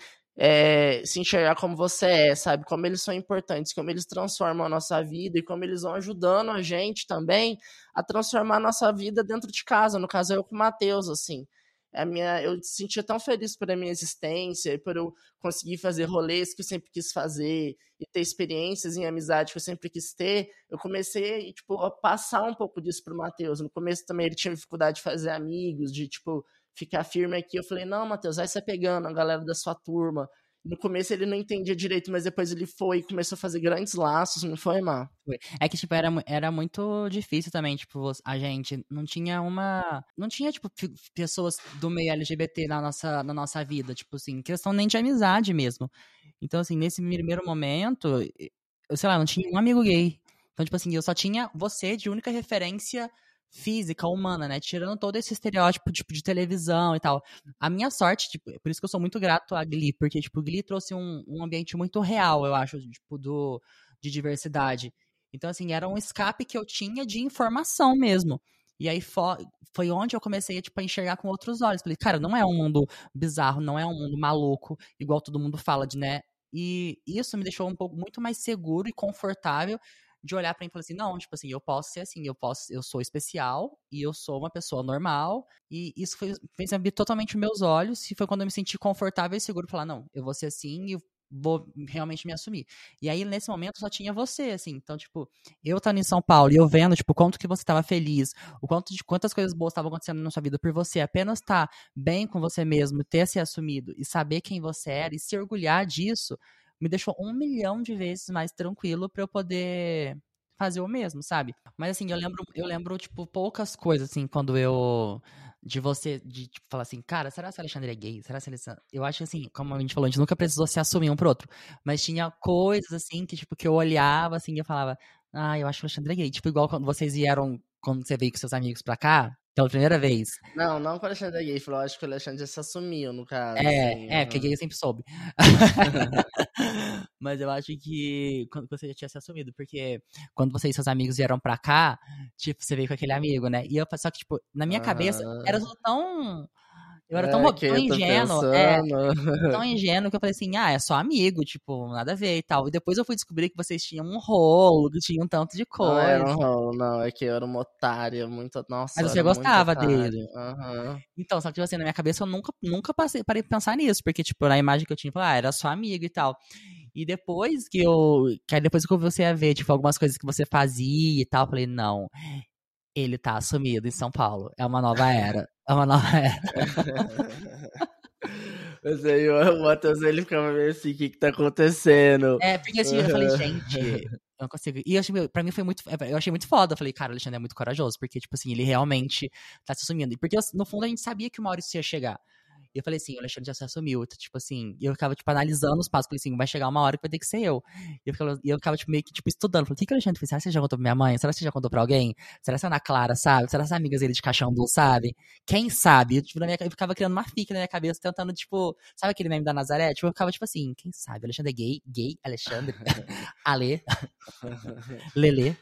S2: é, se enxergar como você é, sabe? Como eles são importantes, como eles transformam a nossa vida e como eles vão ajudando a gente também a transformar a nossa vida dentro de casa. No caso, eu com o Matheus, assim. A minha, eu me sentia tão feliz por a minha existência e por eu conseguir fazer rolês que eu sempre quis fazer e ter experiências em amizade que eu sempre quis ter. Eu comecei tipo, a passar um pouco disso pro Matheus. No começo também ele tinha dificuldade de fazer amigos, de tipo ficar firme aqui. Eu falei, não, Matheus, vai você pegando a galera da sua turma. No começo ele não entendia direito, mas depois ele foi e começou a fazer grandes laços, não foi, Mar?
S1: Foi. É que, tipo, era, mu- era muito difícil também, tipo, vo- a gente não tinha uma. Não tinha, tipo, fi- pessoas do meio L G B T na nossa, na nossa vida, tipo assim, questão nem de amizade mesmo. Então, assim, nesse primeiro momento, e- eu sei lá, não tinha um amigo gay. Então, tipo assim, eu só tinha você de única referência física, humana, né? Tirando todo esse estereótipo, tipo, de televisão e tal. A minha sorte, tipo, por isso que eu sou muito grato a Glee, porque, tipo, Glee trouxe um, um ambiente muito real, eu acho, tipo, do, de diversidade. Então, assim, era um escape que eu tinha de informação mesmo. E aí fo- foi onde eu comecei tipo, a enxergar com outros olhos. Falei, cara, não é um mundo bizarro, não é um mundo maluco, igual todo mundo fala de, né? E isso me deixou um pouco muito mais seguro e confortável de olhar pra mim e falar assim, não, tipo assim, eu posso ser assim, eu posso, eu sou especial e eu sou uma pessoa normal. E isso foi, fez abrir totalmente os meus olhos e foi quando eu me senti confortável e seguro falar, não, eu vou ser assim e vou realmente me assumir. E aí, nesse momento, só tinha você, assim. Então, tipo, eu estando em São Paulo e eu vendo, tipo, o quanto que você estava feliz, o quanto de quantas coisas boas estavam acontecendo na sua vida por você, apenas estar bem com você mesmo, ter se assumido e saber quem você era e se orgulhar disso, me deixou um milhão de vezes mais tranquilo pra eu poder fazer o mesmo, sabe? Mas assim, eu lembro, eu lembro, tipo, poucas coisas, assim, quando eu de você, de tipo, falar assim, cara, será que o Alexandre é gay? Será que ele... Eu acho que assim, como a gente falou, a gente nunca precisou se assumir um pro outro. Mas tinha coisas assim que, tipo, que eu olhava assim e eu falava, ah, eu acho que o Alexandre é gay. Tipo, igual quando vocês vieram, quando você veio com seus amigos pra cá, pela primeira vez.
S2: Não, não com o Alexandre é gay, falou, acho que o Alexandre já se assumiu, no caso, assim.
S1: É, é, porque
S2: Uhum.
S1: gay eu sempre soube. Mas eu acho que quando você já tinha se assumido, porque quando você e seus amigos vieram pra cá, tipo, você veio com aquele amigo, né? E eu, só que, tipo, na minha cabeça, era
S2: Aham.
S1: tudo tão Eu era tão,
S2: É,
S1: bo-
S2: que
S1: tão
S2: eu tô
S1: ingênuo, é,
S2: pensando.
S1: tão ingênuo que eu falei assim, ah, é só amigo, tipo, nada a ver e tal. E depois eu fui descobrir que vocês tinham um rolo, que tinham um tanto de
S2: Não era
S1: coisa.
S2: um rolo, não. É que eu era uma otária, muito. Nossa,
S1: Mas
S2: eu
S1: você
S2: era muito
S1: gostava
S2: otário.
S1: dele.
S2: Aham.
S1: Então, só que, tipo assim, na minha cabeça eu nunca, nunca passei, parei pra pensar nisso, porque, tipo, na imagem que eu tinha, eu falei, ah, era só amigo e tal. E depois que eu. Que aí depois que eu comecei a ver, tipo, algumas coisas que você fazia e tal, eu falei, não, ele tá assumido em São Paulo. É uma nova era. É uma nova era.
S2: Mas aí o Matheus, ele ficava meio assim, o que que tá acontecendo?
S1: É, porque assim, eu falei, gente, eu não consigo. E eu achei, pra mim foi muito. Eu achei muito foda. Eu falei, cara, o Alexandre é muito corajoso, porque, tipo assim, ele realmente tá se assumindo. E porque, no fundo, a gente sabia que uma hora isso ia chegar. E eu falei assim, o Alexandre já se assumiu, tipo assim, e eu ficava, tipo, analisando os passos, falei assim, vai chegar uma hora que vai ter que ser eu. E eu ficava, e eu ficava tipo, meio que, tipo, estudando, falei, o que que o Alexandre fez? Será que você já contou pra minha mãe? Será que você já contou pra alguém? Será que é a Ana Clara, sabe? Será que as amigas dele de Caxambu, sabe? Quem sabe? Eu, tipo, na minha, eu ficava criando uma fica na minha cabeça, tentando, tipo, sabe aquele meme da Nazaré? Tipo, eu ficava, tipo assim, quem sabe? O Alexandre é gay? Gay? Alexandre? Ale? Lelê?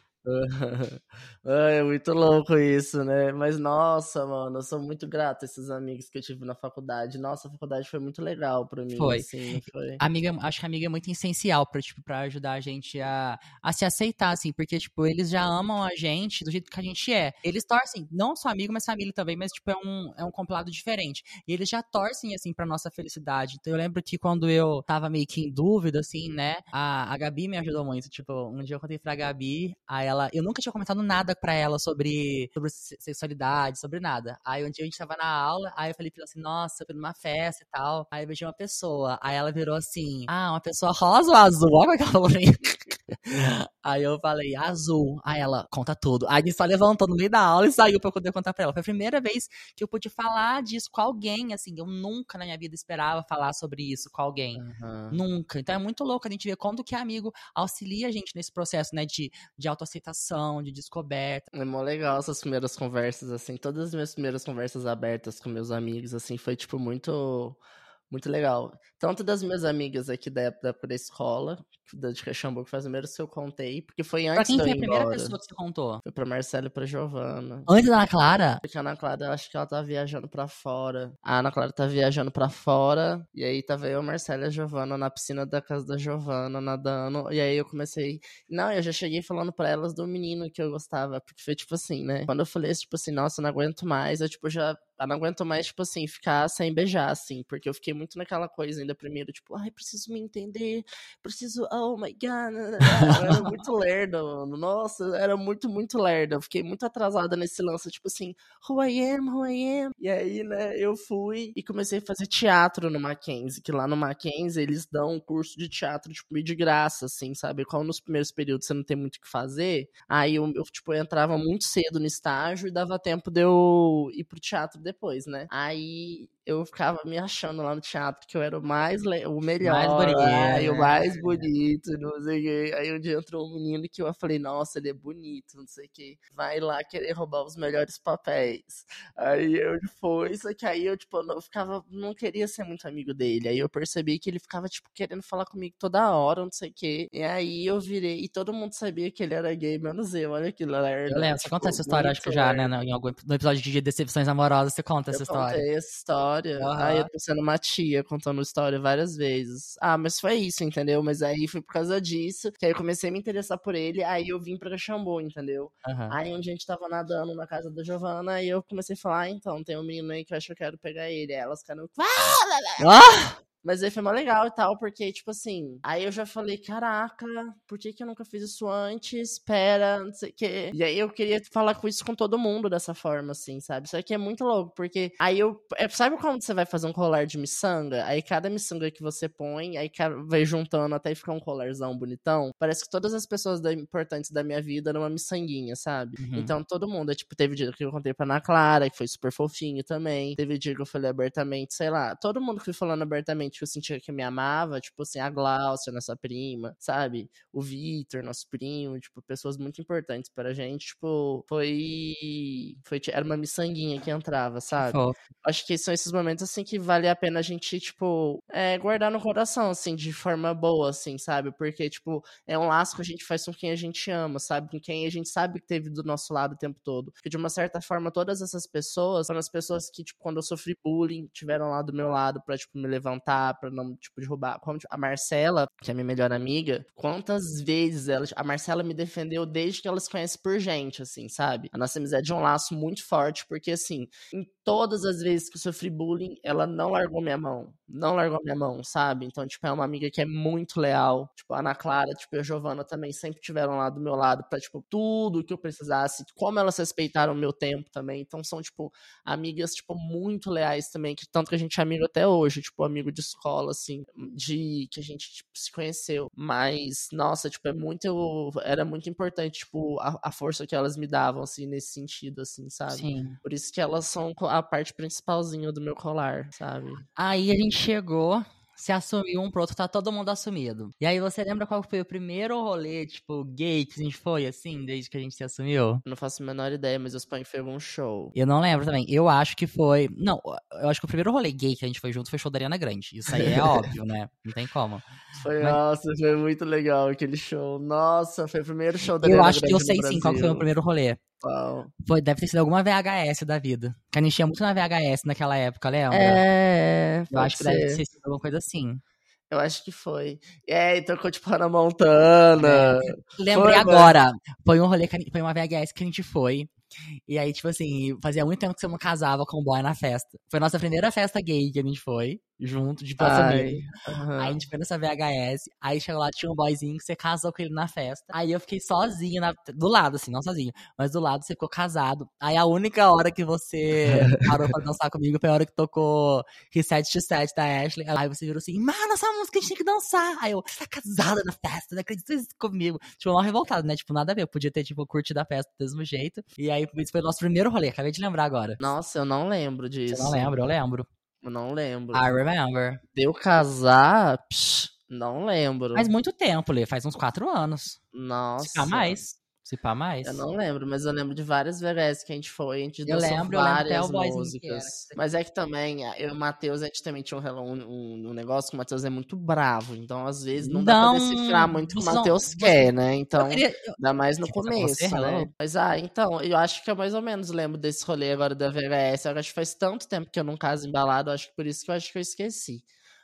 S2: Ah, é muito louco isso, né? Mas nossa, mano, eu sou muito grato a esses amigos que eu tive na faculdade. Nossa, a faculdade foi muito legal pra mim,
S1: Foi.
S2: assim, não foi?
S1: Amiga, acho que a amiga é muito essencial pra, tipo, pra ajudar a gente a, a se aceitar, assim, porque, tipo, eles já amam a gente do jeito que a gente é. Eles torcem, não só amigo, mas família também, mas, tipo, é um, é um compilado diferente. E eles já torcem, assim, pra nossa felicidade. Então, eu lembro que quando eu tava meio que em dúvida, assim, né, a, a Gabi me ajudou muito. Tipo, um dia eu contei pra Gabi, aí ela, eu nunca tinha comentado nada pra ela sobre, sobre se- sexualidade, sobre nada. Aí um dia a gente tava na aula, aí eu falei pra ela assim, nossa, eu fui numa festa e tal. Aí eu beijei uma pessoa. Aí ela virou assim, ah, uma pessoa rosa ou azul? Olha como é que ela falou pra mim. Aí eu falei, azul. Aí ela, conta tudo. Aí a gente só levantou no meio da aula e saiu pra eu poder contar pra ela. Foi a primeira vez que eu pude falar disso com alguém, assim. Eu nunca na minha vida esperava falar sobre isso com alguém.
S2: Aham.
S1: Nunca. Então é muito louco a gente ver quando que amigo auxilia a gente nesse processo, né, de, de autoaceitação, de descoberta.
S2: É mó legal essas primeiras conversas, assim. Todas as minhas primeiras conversas abertas com meus amigos, assim, foi, tipo, muito, muito legal. Tanto das minhas amigas aqui da época da época da escola, da de Caxambu, que foi as primeiras que eu contei, porque foi
S1: Pra
S2: antes
S1: quem
S2: de eu
S1: foi
S2: ir
S1: a primeira
S2: embora.
S1: pessoa que você contou?
S2: Foi pra Marcela e pra Giovana.
S1: Antes da Ana Clara?
S2: Porque a Ana Clara, eu acho que ela tava viajando pra fora. A Ana Clara tá viajando pra fora. E aí tava eu, a Marcela e a Giovana na piscina da casa da Giovana, nadando. E aí eu comecei. Não, eu já cheguei falando pra elas do menino que eu gostava. Porque foi tipo assim, né? Quando eu falei, tipo assim, nossa, eu não aguento mais. Eu, tipo, já. Eu não aguento mais, tipo assim, ficar sem beijar, assim. Porque eu fiquei muito naquela coisa ainda primeiro, tipo, ai, preciso me entender. Preciso. Oh my god. Eu era muito lerda, mano. Nossa, eu era muito, muito lerda. Eu fiquei muito atrasada nesse lance, tipo assim, who I am, who I am. E aí, né, eu fui e comecei a fazer teatro no Mackenzie, que lá no Mackenzie eles dão um curso de teatro, tipo, meio de graça, assim, sabe? Qual nos primeiros períodos você não tem muito o que fazer, aí eu, eu, tipo, eu entrava muito cedo no estágio e dava tempo de eu ir pro teatro depois, né? Aí eu ficava me achando lá no teatro que eu era o mais, le- o
S1: Mais
S2: melhor,
S1: bonita,
S2: ai, o
S1: né?
S2: mais bonito, não sei o quê. Aí um dia entrou um menino que eu falei, nossa, ele é bonito, não sei o quê. Vai lá querer roubar os melhores papéis. Aí eu fui, só que aí eu, tipo, não, eu ficava, não queria ser muito amigo dele. Aí eu percebi que ele ficava, tipo, querendo falar comigo toda hora, não sei o quê. E aí eu virei, e todo mundo sabia que ele era gay, menos eu, olha que
S1: Eu
S2: lerda,
S1: lembro, você conta
S2: tipo,
S1: essa história, acho
S2: muito
S1: que já, né,
S2: lerda.
S1: no- em algum no episódio de Decepções Amorosas, você conta
S2: Eu
S1: essa história.
S2: contei essa história. Ai, eu
S1: Aham,
S2: tô sendo uma tia contando história várias vezes. Ah, mas foi isso, entendeu? Mas aí foi por causa disso que aí eu comecei a me interessar por ele, aí eu vim pra Caxambu, entendeu?
S1: aham.
S2: Aí um dia a gente tava nadando na casa da Giovana, aí eu comecei a falar, ah, então, tem um menino aí que eu acho que eu quero pegar ele. Aí elas ficaram,
S1: Ah!
S2: mas aí foi mó legal e tal, porque, tipo assim, aí eu já falei, caraca, por que que eu nunca fiz isso antes? Espera, não sei o quê. E aí eu queria falar com isso com todo mundo dessa forma, assim, sabe? Isso aqui é muito louco, porque aí eu. é, Sabe quando você vai fazer um colar de miçanga? Aí cada miçanga que você põe, aí ca- vai juntando até ficar um colarzão bonitão. Parece que todas as pessoas da- importantes da minha vida eram uma miçanguinha, sabe?
S1: Uhum.
S2: Então todo mundo, é, tipo, teve dia que eu contei pra Ana Clara, que foi super fofinho também. Teve dia que eu falei abertamente, sei lá, todo mundo que foi falando abertamente gente que eu sentia que me amava, tipo assim, a Gláucia, nossa prima, sabe? O Vitor, nosso primo, tipo, pessoas muito importantes pra gente, tipo, foi... foi era uma miçanguinha que entrava,
S1: Que
S2: sabe?
S1: fofo.
S2: Acho que são esses momentos, assim, que vale a pena a gente, tipo, é, guardar no coração, assim, de forma boa, assim, sabe? Porque, tipo, é um laço que a gente faz com quem a gente ama, sabe? Com quem a gente sabe que teve do nosso lado o tempo todo. Porque, de uma certa forma, todas essas pessoas foram as pessoas que, tipo, quando eu sofri bullying, tiveram lá do meu lado pra, tipo, me levantar, pra não, tipo, derrubar. Como, tipo, a Marcela, que é a minha melhor amiga, quantas vezes ela... A Marcela me defendeu desde que ela se conhece por gente, assim, sabe? A nossa amizade é um laço muito forte, porque, assim, em todas as vezes que eu sofri bullying, ela não largou minha mão. Não largou minha mão, sabe? Então, tipo, é uma amiga que é muito leal. Tipo, a Ana Clara, tipo, e a Giovana também sempre tiveram lá do meu lado pra, tipo, tudo que eu precisasse. Como elas respeitaram o meu tempo também. Então, são, tipo, amigas, tipo, muito leais também. Que tanto que a gente é amigo até hoje. Tipo, amigo de escola, assim. De que a gente, tipo, se conheceu. Mas, nossa, tipo, é muito... Era muito importante, tipo, a, a força que elas me davam, assim, nesse sentido, assim, sabe?
S1: Sim.
S2: Por isso que elas são a parte principalzinha do meu colar, sabe?
S1: Aí a gente chegou, se assumiu um pro outro, tá todo mundo assumido. E aí você lembra qual foi o primeiro rolê, tipo, gay que a gente foi, assim, desde que a gente se assumiu?
S2: Não faço a menor ideia, mas eu suponho que foi algum show.
S1: Eu não lembro também. Eu acho que foi. Não, eu acho que o primeiro rolê gay que a gente foi junto foi o show da Ariana Grande. Isso aí é óbvio, né? Não tem como.
S2: Foi,
S1: Mas
S2: nossa, foi muito legal aquele show. Nossa, foi o primeiro show da
S1: eu
S2: Ariana
S1: acho que eu
S2: Grande no
S1: sei sim qual que foi o
S2: Brasil.
S1: primeiro rolê.
S2: Uau.
S1: Foi, deve ter sido alguma V H S da vida. Que a gente tinha muito na V H S naquela época, lembra?
S2: É,
S1: Eu acho
S2: pode
S1: que deve ter
S2: ser.
S1: sido alguma coisa assim.
S2: Eu acho que foi. É, e tocou tipo Hannah
S1: É.
S2: Montana.
S1: Lembrei
S2: Foi, mano.
S1: agora. Foi um rolê que a gente- foi uma V H S que a gente foi. E aí, tipo assim, fazia muito tempo que você não casava com um boy na festa. Foi a nossa primeira festa gay que a gente foi, junto, tipo, assumido.
S2: Ai,
S1: Aí a
S2: aham.
S1: gente foi nessa V H S, aí chegou lá, tinha um boyzinho que você casou com ele na festa. Aí eu fiquei sozinho, na- do lado, assim, não sozinho, mas do lado você ficou casado. Aí a única hora que você parou pra dançar comigo foi a hora que tocou Reset to Set da Ashley. Aí você virou assim, mano, essa música a gente tem que dançar. Aí eu, você tá casada na festa, não acredito isso comigo. Tipo, mal revoltado, né? Tipo, nada a ver, eu podia ter, tipo, curtido a festa do mesmo jeito. E aí, esse foi o nosso primeiro rolê, acabei de lembrar agora.
S2: Nossa, eu não lembro
S1: Você não
S2: disso.
S1: lembra? Eu lembro.
S2: Eu não lembro.
S1: I remember.
S2: Deu casar? Psh, não
S1: Faz
S2: lembro.
S1: muito tempo, Lê, faz uns quatro anos. Se pá
S2: Nossa,
S1: mais. Se pá mais.
S2: eu não lembro, mas eu lembro de várias V H S que a gente foi, a gente
S1: Eu
S2: dançou
S1: lembro, eu lembro até o
S2: várias
S1: boyzinho que era.
S2: músicas. Mas é que também, eu e o Matheus, a gente também tinha um, relo- um, um- um negócio que o Matheus é muito bravo, então às vezes não dá pra
S1: Não,
S2: decifrar muito o que o
S1: vocês não.
S2: Matheus
S1: Você,
S2: quer, né?
S1: eu
S2: Então,
S1: queria. Eu,
S2: ainda mais no
S1: quer dançar com você?
S2: começo, né?
S1: Hello?
S2: Mas, ah, então, eu acho que eu mais ou menos lembro desse rolê agora da V H S. Eu acho que faz tanto tempo que eu não caso embalado, eu acho que por isso que eu acho que eu esqueci.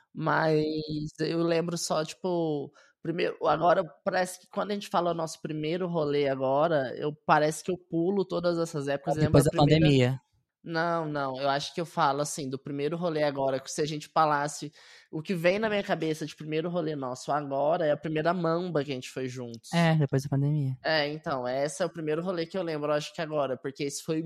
S2: Mas eu lembro só, tipo, primeiro, agora parece que quando a gente fala o nosso primeiro rolê agora, eu parece que eu pulo todas essas épocas e lembro
S1: Depois
S2: a
S1: da
S2: primeira.
S1: pandemia.
S2: Não, não, eu acho que eu falo assim, do primeiro rolê agora, que se a gente falasse, o que vem na minha cabeça de primeiro rolê nosso agora é a primeira mamba que a gente foi juntos.
S1: É, depois da pandemia.
S2: É, então, esse é o primeiro rolê que eu lembro, eu acho que agora, porque esse foi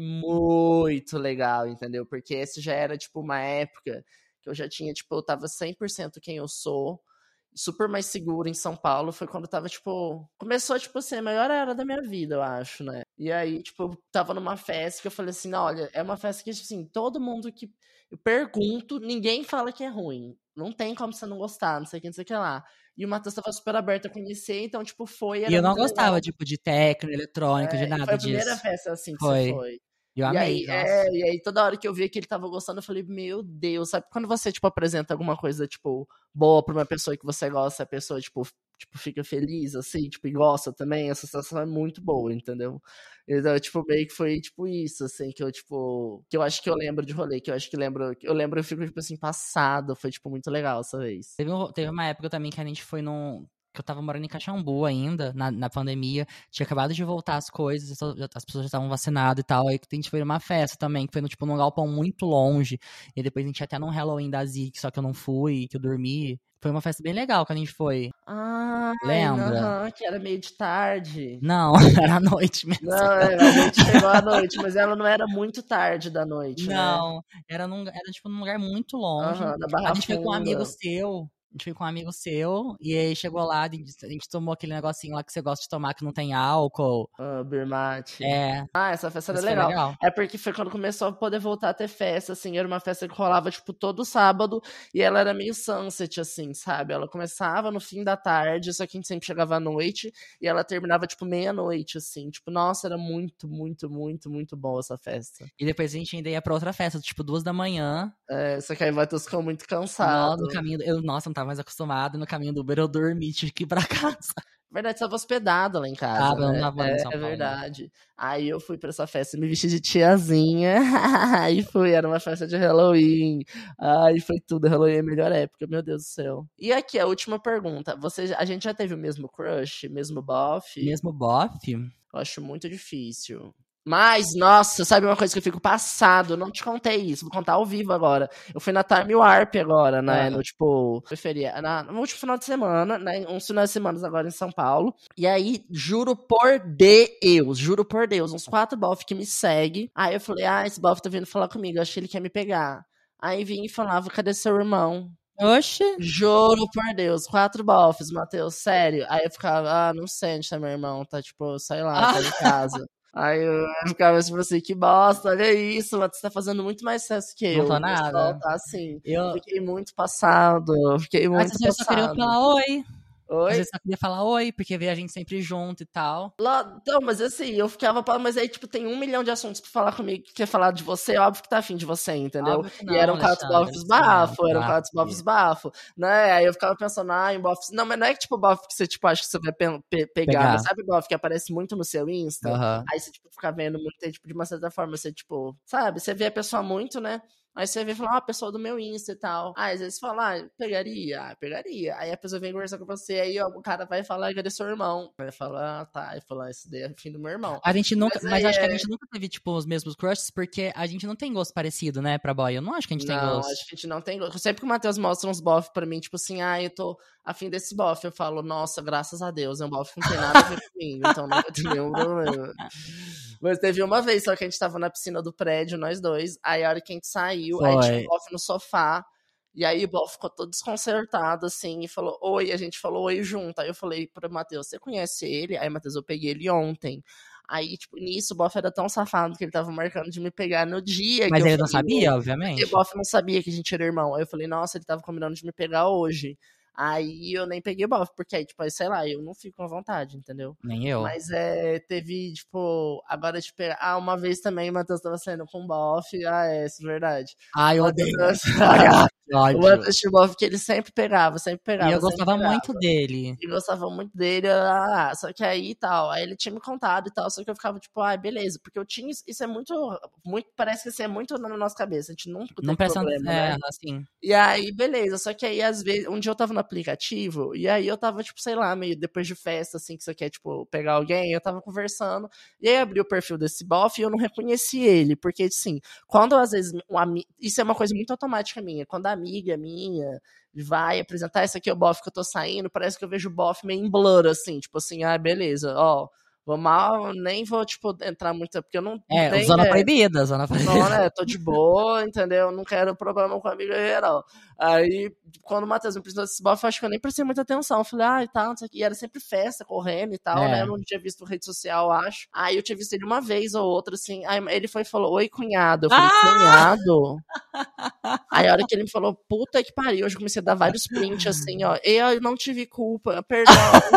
S2: muito legal, entendeu? Porque esse já era, tipo, uma época que eu já tinha, tipo, eu tava cem por cento quem eu sou, super mais seguro em São Paulo, foi quando eu tava, tipo, começou, tipo assim, a melhor era da minha vida, eu acho, né? E aí, tipo, eu tava numa festa que eu falei assim, olha, é uma festa que, tipo assim, todo mundo que eu pergunto, ninguém fala que é ruim. Não tem como você não gostar, não sei o que, não sei o que lá. E o Matheus tava super aberto a conhecer, então, tipo, foi,
S1: E
S2: era
S1: eu não
S2: muito
S1: gostava,
S2: legal.
S1: tipo, de techno, eletrônica, de
S2: É, e foi
S1: nada
S2: a primeira
S1: disso.
S2: festa, assim, que você
S1: Foi.
S2: foi.
S1: Eu
S2: E
S1: amei,
S2: aí,
S1: nossa.
S2: é, e aí toda hora que eu via que ele tava gostando, eu falei, meu Deus, sabe quando você, tipo, apresenta alguma coisa, tipo, boa pra uma pessoa que você gosta, a pessoa, tipo, f- tipo, fica feliz, assim, tipo, e gosta também, a sensação é muito boa, entendeu? Então, tipo, meio que foi, tipo, isso, assim, que eu, tipo, que eu acho que eu lembro de rolê, que eu acho que lembro, eu lembro, eu fico, tipo, assim, passado, foi, tipo, muito legal essa vez.
S1: Teve, um- teve uma época também que a gente foi num. Que eu tava morando em Caxambu ainda, na, na pandemia. Tinha acabado de voltar as coisas, as pessoas já as pessoas já estavam vacinadas e tal. Aí a gente foi numa festa também, que foi no, tipo, num galpão muito longe. E depois a gente ia até num Halloween da Zik, só que eu não fui, que eu dormi. Foi uma festa bem legal que a gente foi.
S2: Ai,
S1: Lembra?
S2: aham, que era meio de tarde.
S1: Não, era à noite mesmo.
S2: Não, é, a gente chegou à noite, mas ela não era muito tarde da noite, né?
S1: Não, era, num, era tipo num lugar muito longe.
S2: Aham, na
S1: A
S2: Barra
S1: gente foi com um amigo
S2: Funda.
S1: seu. A gente foi com um amigo seu, e aí chegou lá, a gente, a gente tomou aquele negocinho lá que você gosta de tomar, que não tem álcool.
S2: Ah, Birmate.
S1: É.
S2: Ah, essa festa era
S1: Isso foi
S2: legal.
S1: legal.
S2: É porque foi quando começou a poder voltar a ter festa, assim, era uma festa que rolava, tipo, todo sábado, e ela era meio sunset, assim, sabe? Ela começava no fim da tarde, só que a gente sempre chegava à noite, e ela terminava, tipo, meia-noite, assim. Tipo, nossa, era muito, muito, muito, muito bom essa festa.
S1: E depois a gente ainda ia pra outra festa, tipo, duas da manhã.
S2: É, só que aí o Matheus ficou muito
S1: Nossa,
S2: cansado.
S1: no caminho, eu, nossa, não tava mais acostumado. No caminho do Uber eu dormi, tive que ir pra casa.
S2: Verdade, tava hospedado lá em casa,
S1: Tava, eu não
S2: né?
S1: tava morando em
S2: É,
S1: São
S2: é
S1: Paulo.
S2: verdade. Aí eu fui pra essa festa, me vesti de tiazinha. Aí fui, era uma festa de Halloween. Aí foi tudo, Halloween é a melhor época, meu Deus do céu. E aqui, a última pergunta. Você, a gente já teve o mesmo crush, mesmo bofe?
S1: Mesmo bofe?
S2: Eu acho muito difícil. Mas, nossa, sabe uma coisa que eu fico passado? Eu não te contei isso, vou contar ao vivo agora. Eu fui na Time Warp agora, né?
S1: Ah.
S2: No tipo, preferia, na, no último final de semana, né? Uns finais de semana agora em São Paulo. E aí, juro por Deus, juro por Deus, uns quatro bof que me seguem. Aí eu falei, ah, esse bof tá vindo falar comigo, eu acho que ele quer me pegar. Aí vinha e falava, cadê seu irmão?
S1: Oxe.
S2: Juro por Deus, quatro bofs, Matheus, sério. Aí eu ficava, ah, não sei onde tá meu irmão, tá tipo, sei lá, tá em casa. Aí eu ficava tipo assim, que bosta, olha isso, Matheus tá fazendo muito mais sucesso que eu.
S1: Não tô
S2: O pessoal
S1: nada.
S2: tá assim,
S1: Eu...
S2: fiquei muito passado, fiquei muito
S1: Às vezes eu só queria
S2: passado.
S1: falar oi. Às
S2: Oi?
S1: vezes eu só queria falar oi, porque vê a gente sempre junto e tal.
S2: Lá, então, mas assim, eu ficava, pa- mas aí, tipo, tem um milhão de assuntos pra falar comigo que quer falar de você, óbvio que tá afim de você, entendeu?
S1: Óbvio que
S2: E
S1: não,
S2: eram quatro
S1: Alexandre,
S2: bofs
S1: isso
S2: bafo,
S1: mesmo,
S2: eram
S1: tá?
S2: quatro bofs bafo, né? Aí eu ficava pensando, ah, em bofs. Não, mas não é que tipo bof que você, tipo, acha que você vai pe- pe- pegar,
S1: Pegar.
S2: mas sabe bof que aparece muito no seu Insta?
S1: Aham.
S2: Aí você, tipo, fica vendo muito, e, tipo, de uma certa forma, você, tipo, sabe? Você vê a pessoa muito, né? Aí você vê e fala, ah, a pessoa do meu Insta e tal. Ah, às vezes fala, ah, pegaria? Ah, pegaria. Aí a pessoa vem conversar com você, aí ó, o cara vai falar, cadê seu irmão? Aí fala, ah, tá. Aí fala, esse daí é o fim do meu irmão.
S1: A gente nunca,
S2: Mas
S1: mas,
S2: aí
S1: acho que a
S2: é-
S1: gente nunca teve, tipo, os mesmos crushes, porque a gente não tem gosto parecido, né, pra boy. Eu não acho que a gente tem
S2: Não,
S1: gosto.
S2: acho que a gente não tem gosto. Sempre que o Matheus mostra uns bof pra mim, tipo assim, ah, eu tô afim desse bof, eu falo, nossa, graças a Deus, é um bof que não tem nada a ver comigo, então não vai ter nenhum problema. Mas teve uma vez só que a gente tava na piscina do prédio, nós dois, aí a hora que a gente saiu, aí tinha
S1: Foi.
S2: um bof no sofá, e aí o bof ficou todo desconcertado, assim, e falou, oi, a gente falou oi junto. Aí eu falei pro Matheus, você conhece ele? Aí, Matheus, eu peguei ele ontem. Aí, tipo, nisso, o bof era tão safado que ele tava marcando de me pegar no dia
S1: Mas
S2: que eu
S1: ele não
S2: falei,
S1: sabia,
S2: oi.
S1: obviamente.
S2: Porque o bof não sabia que a gente era irmão. Aí eu falei, nossa, ele tava combinando de me pegar hoje. Aí eu nem peguei o bof, porque aí, tipo, aí, sei lá, eu não fico à vontade, entendeu?
S1: Nem eu.
S2: Mas é, teve, tipo, agora, tipo, ah, uma vez também o Matheus tava saindo com o bof. Ah, é, isso é verdade.
S1: Ai, eu
S2: O
S1: odeio
S2: Matheus-
S1: essa história.
S2: O
S1: Ódio.
S2: Matheus tinha um bof que ele sempre pegava, sempre pegava.
S1: E eu
S2: sempre
S1: gostava
S2: pegava.
S1: muito dele.
S2: E gostava muito dele, ah, só que aí e tal, aí ele tinha me contado e tal, só que eu ficava tipo, ah, beleza, porque eu tinha, isso é muito, muito, parece que isso é muito na nossa cabeça, a gente nunca
S1: Não
S2: teve
S1: pensa,
S2: problema,
S1: é,
S2: né?
S1: assim.
S2: E aí, beleza, só que aí às vezes, um dia eu tava no aplicativo, e aí eu tava, tipo, sei lá, meio depois de festa, assim, que você quer, tipo, pegar alguém, eu tava conversando, e aí abri o perfil desse bofe e eu não reconheci ele, porque, assim, quando às vezes, um ami... isso é uma coisa muito automática minha, quando a amiga minha vai apresentar, esse aqui é o bofe que eu tô saindo, parece que eu vejo o bofe meio em blur, assim, tipo assim, ah, beleza, ó, vou mal, nem vou, tipo, entrar muito, porque eu não
S1: É,
S2: tenho,
S1: zona
S2: é,
S1: proibida, zona
S2: não,
S1: proibida.
S2: né, tô de boa, entendeu, não quero problema com a amiga geral. Aí, quando o Matheus me apresentou esse bofe, eu acho que eu nem prestei muita atenção, eu falei, ah, e tal, não sei o que, e era sempre festa, correndo e tal,
S1: É.
S2: né, eu não tinha visto rede social, eu acho. Aí eu tinha visto ele uma vez ou outra, assim, aí ele foi e falou, oi, cunhado, eu falei,
S1: Ah!
S2: cunhado? Aí a hora que ele me falou, puta que pariu, eu já comecei a dar vários prints, assim, ó, eu não tive culpa, perdão.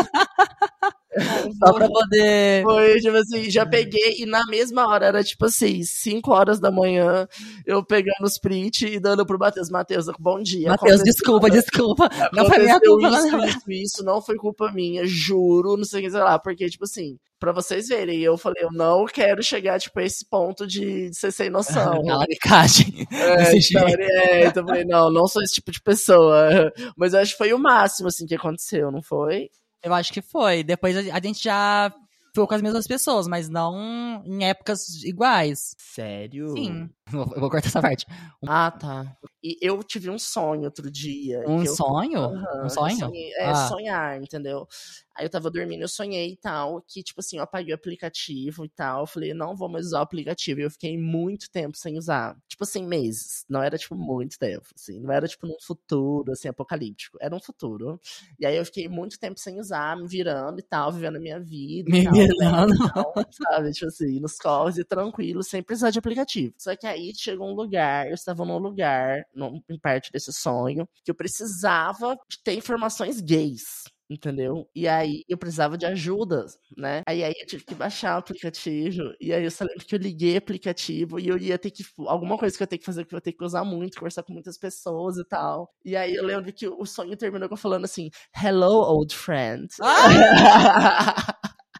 S1: Só pra poder.
S2: Foi, tipo assim, já peguei, e na mesma hora, era tipo assim, cinco horas da manhã, eu pegando os print e dando pro Matheus, Matheus, bom dia.
S1: Matheus,
S2: aconteceu-
S1: desculpa, desculpa. Não foi minha
S2: aconteceu
S1: culpa,
S2: isso,
S1: não.
S2: isso, isso, não foi culpa minha, juro, não sei o que, sei lá, porque, tipo assim, pra vocês verem, eu falei, eu não quero chegar, tipo, a esse ponto de, de ser sem noção.
S1: Na laricagem.
S2: É,
S1: Desse
S2: então,
S1: jeito.
S2: é, então eu falei, não, não sou esse tipo de pessoa. Mas eu acho que foi o máximo, assim, que aconteceu, não foi?
S1: Eu acho que foi. Depois a a gente já ficou com as mesmas pessoas, mas não em épocas iguais.
S2: Sério?
S1: Sim. Eu vou cortar essa parte.
S2: Ah, tá. E eu tive um sonho outro dia.
S1: Um
S2: que eu,
S1: sonho?
S2: Aham,
S1: Um sonho?
S2: eu sonhei, é,
S1: Ah.
S2: sonhar, entendeu? Aí eu tava dormindo, eu sonhei e tal, que, tipo assim, eu apaguei o aplicativo e tal. Eu falei, não vou mais usar o aplicativo. E eu fiquei muito tempo sem usar. Tipo assim, meses. Não era, tipo, muito tempo, assim. Não era, tipo, num futuro, assim, apocalíptico. Era um futuro. E aí eu fiquei muito tempo sem usar, me virando e tal, vivendo a minha vida
S1: Me
S2: e tal.
S1: virando.
S2: E tal, sabe? Tipo assim, nos corres e tranquilo, sem precisar de aplicativo. Só que aí chegou um lugar, eu estava num lugar, num, em parte desse sonho, que eu precisava de ter informações gays. Entendeu? E aí eu precisava de ajuda, né? Aí, aí eu tive que baixar o aplicativo. E aí eu só lembro que eu liguei o aplicativo e eu ia ter que. Alguma coisa que eu ia ter que fazer, que eu ia ter que usar muito, conversar com muitas pessoas e tal. E aí eu lembro que o sonho terminou com eu falando assim: Hello, old friend.
S1: Ah!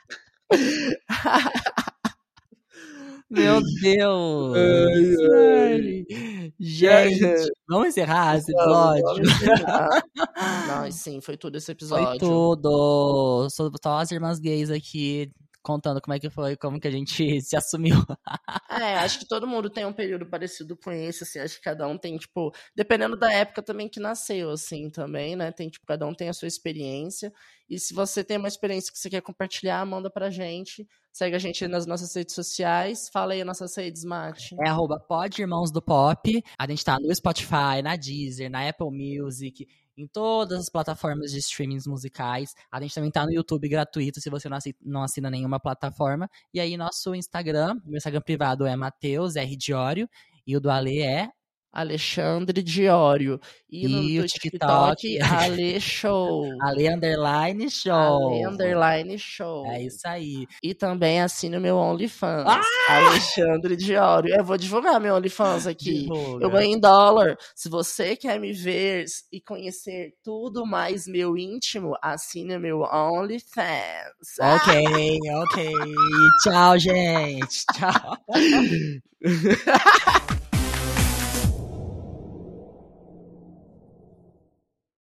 S1: Meu Deus!
S2: Ai, ai.
S1: Gente, vamos encerrar esse episódio?
S2: Vamos, vamos encerrar. Não, sim, foi tudo esse
S1: Foi
S2: episódio.
S1: tudo. Só, só as irmãs gays aqui contando como é que foi, como que a gente se assumiu.
S2: É, acho que todo mundo tem um período parecido com esse, assim, acho que cada um tem, tipo, dependendo da época também que nasceu, assim, também, né, tem, tipo, cada um tem a sua experiência, e se você tem uma experiência que você quer compartilhar, manda pra gente, segue a gente nas nossas redes sociais, fala aí as nossas redes, Mati.
S1: É arroba Pod Irmãos do Pop, a gente tá no Spotify, na Deezer, na Apple Music, em todas as plataformas de streamings musicais. A gente também tá no YouTube gratuito, se você não assina, não assina nenhuma plataforma. E aí, nosso Instagram, meu Instagram privado é Matheus R. Diório, e o do Ale é
S2: Alexandre Diório. E, no
S1: E o
S2: TikTok,
S1: TikTok,
S2: Ale Show.
S1: Ale Underline Show.
S2: Ale Underline Show.
S1: É isso aí.
S2: E também assine o meu OnlyFans.
S1: Ah!
S2: Alexandre Diório. Eu vou divulgar meu OnlyFans aqui.
S1: Divulga.
S2: Eu ganho em dólar. Se você quer me ver e conhecer tudo mais meu íntimo, assine o meu OnlyFans.
S1: Ok, ok. Tchau, gente. Tchau.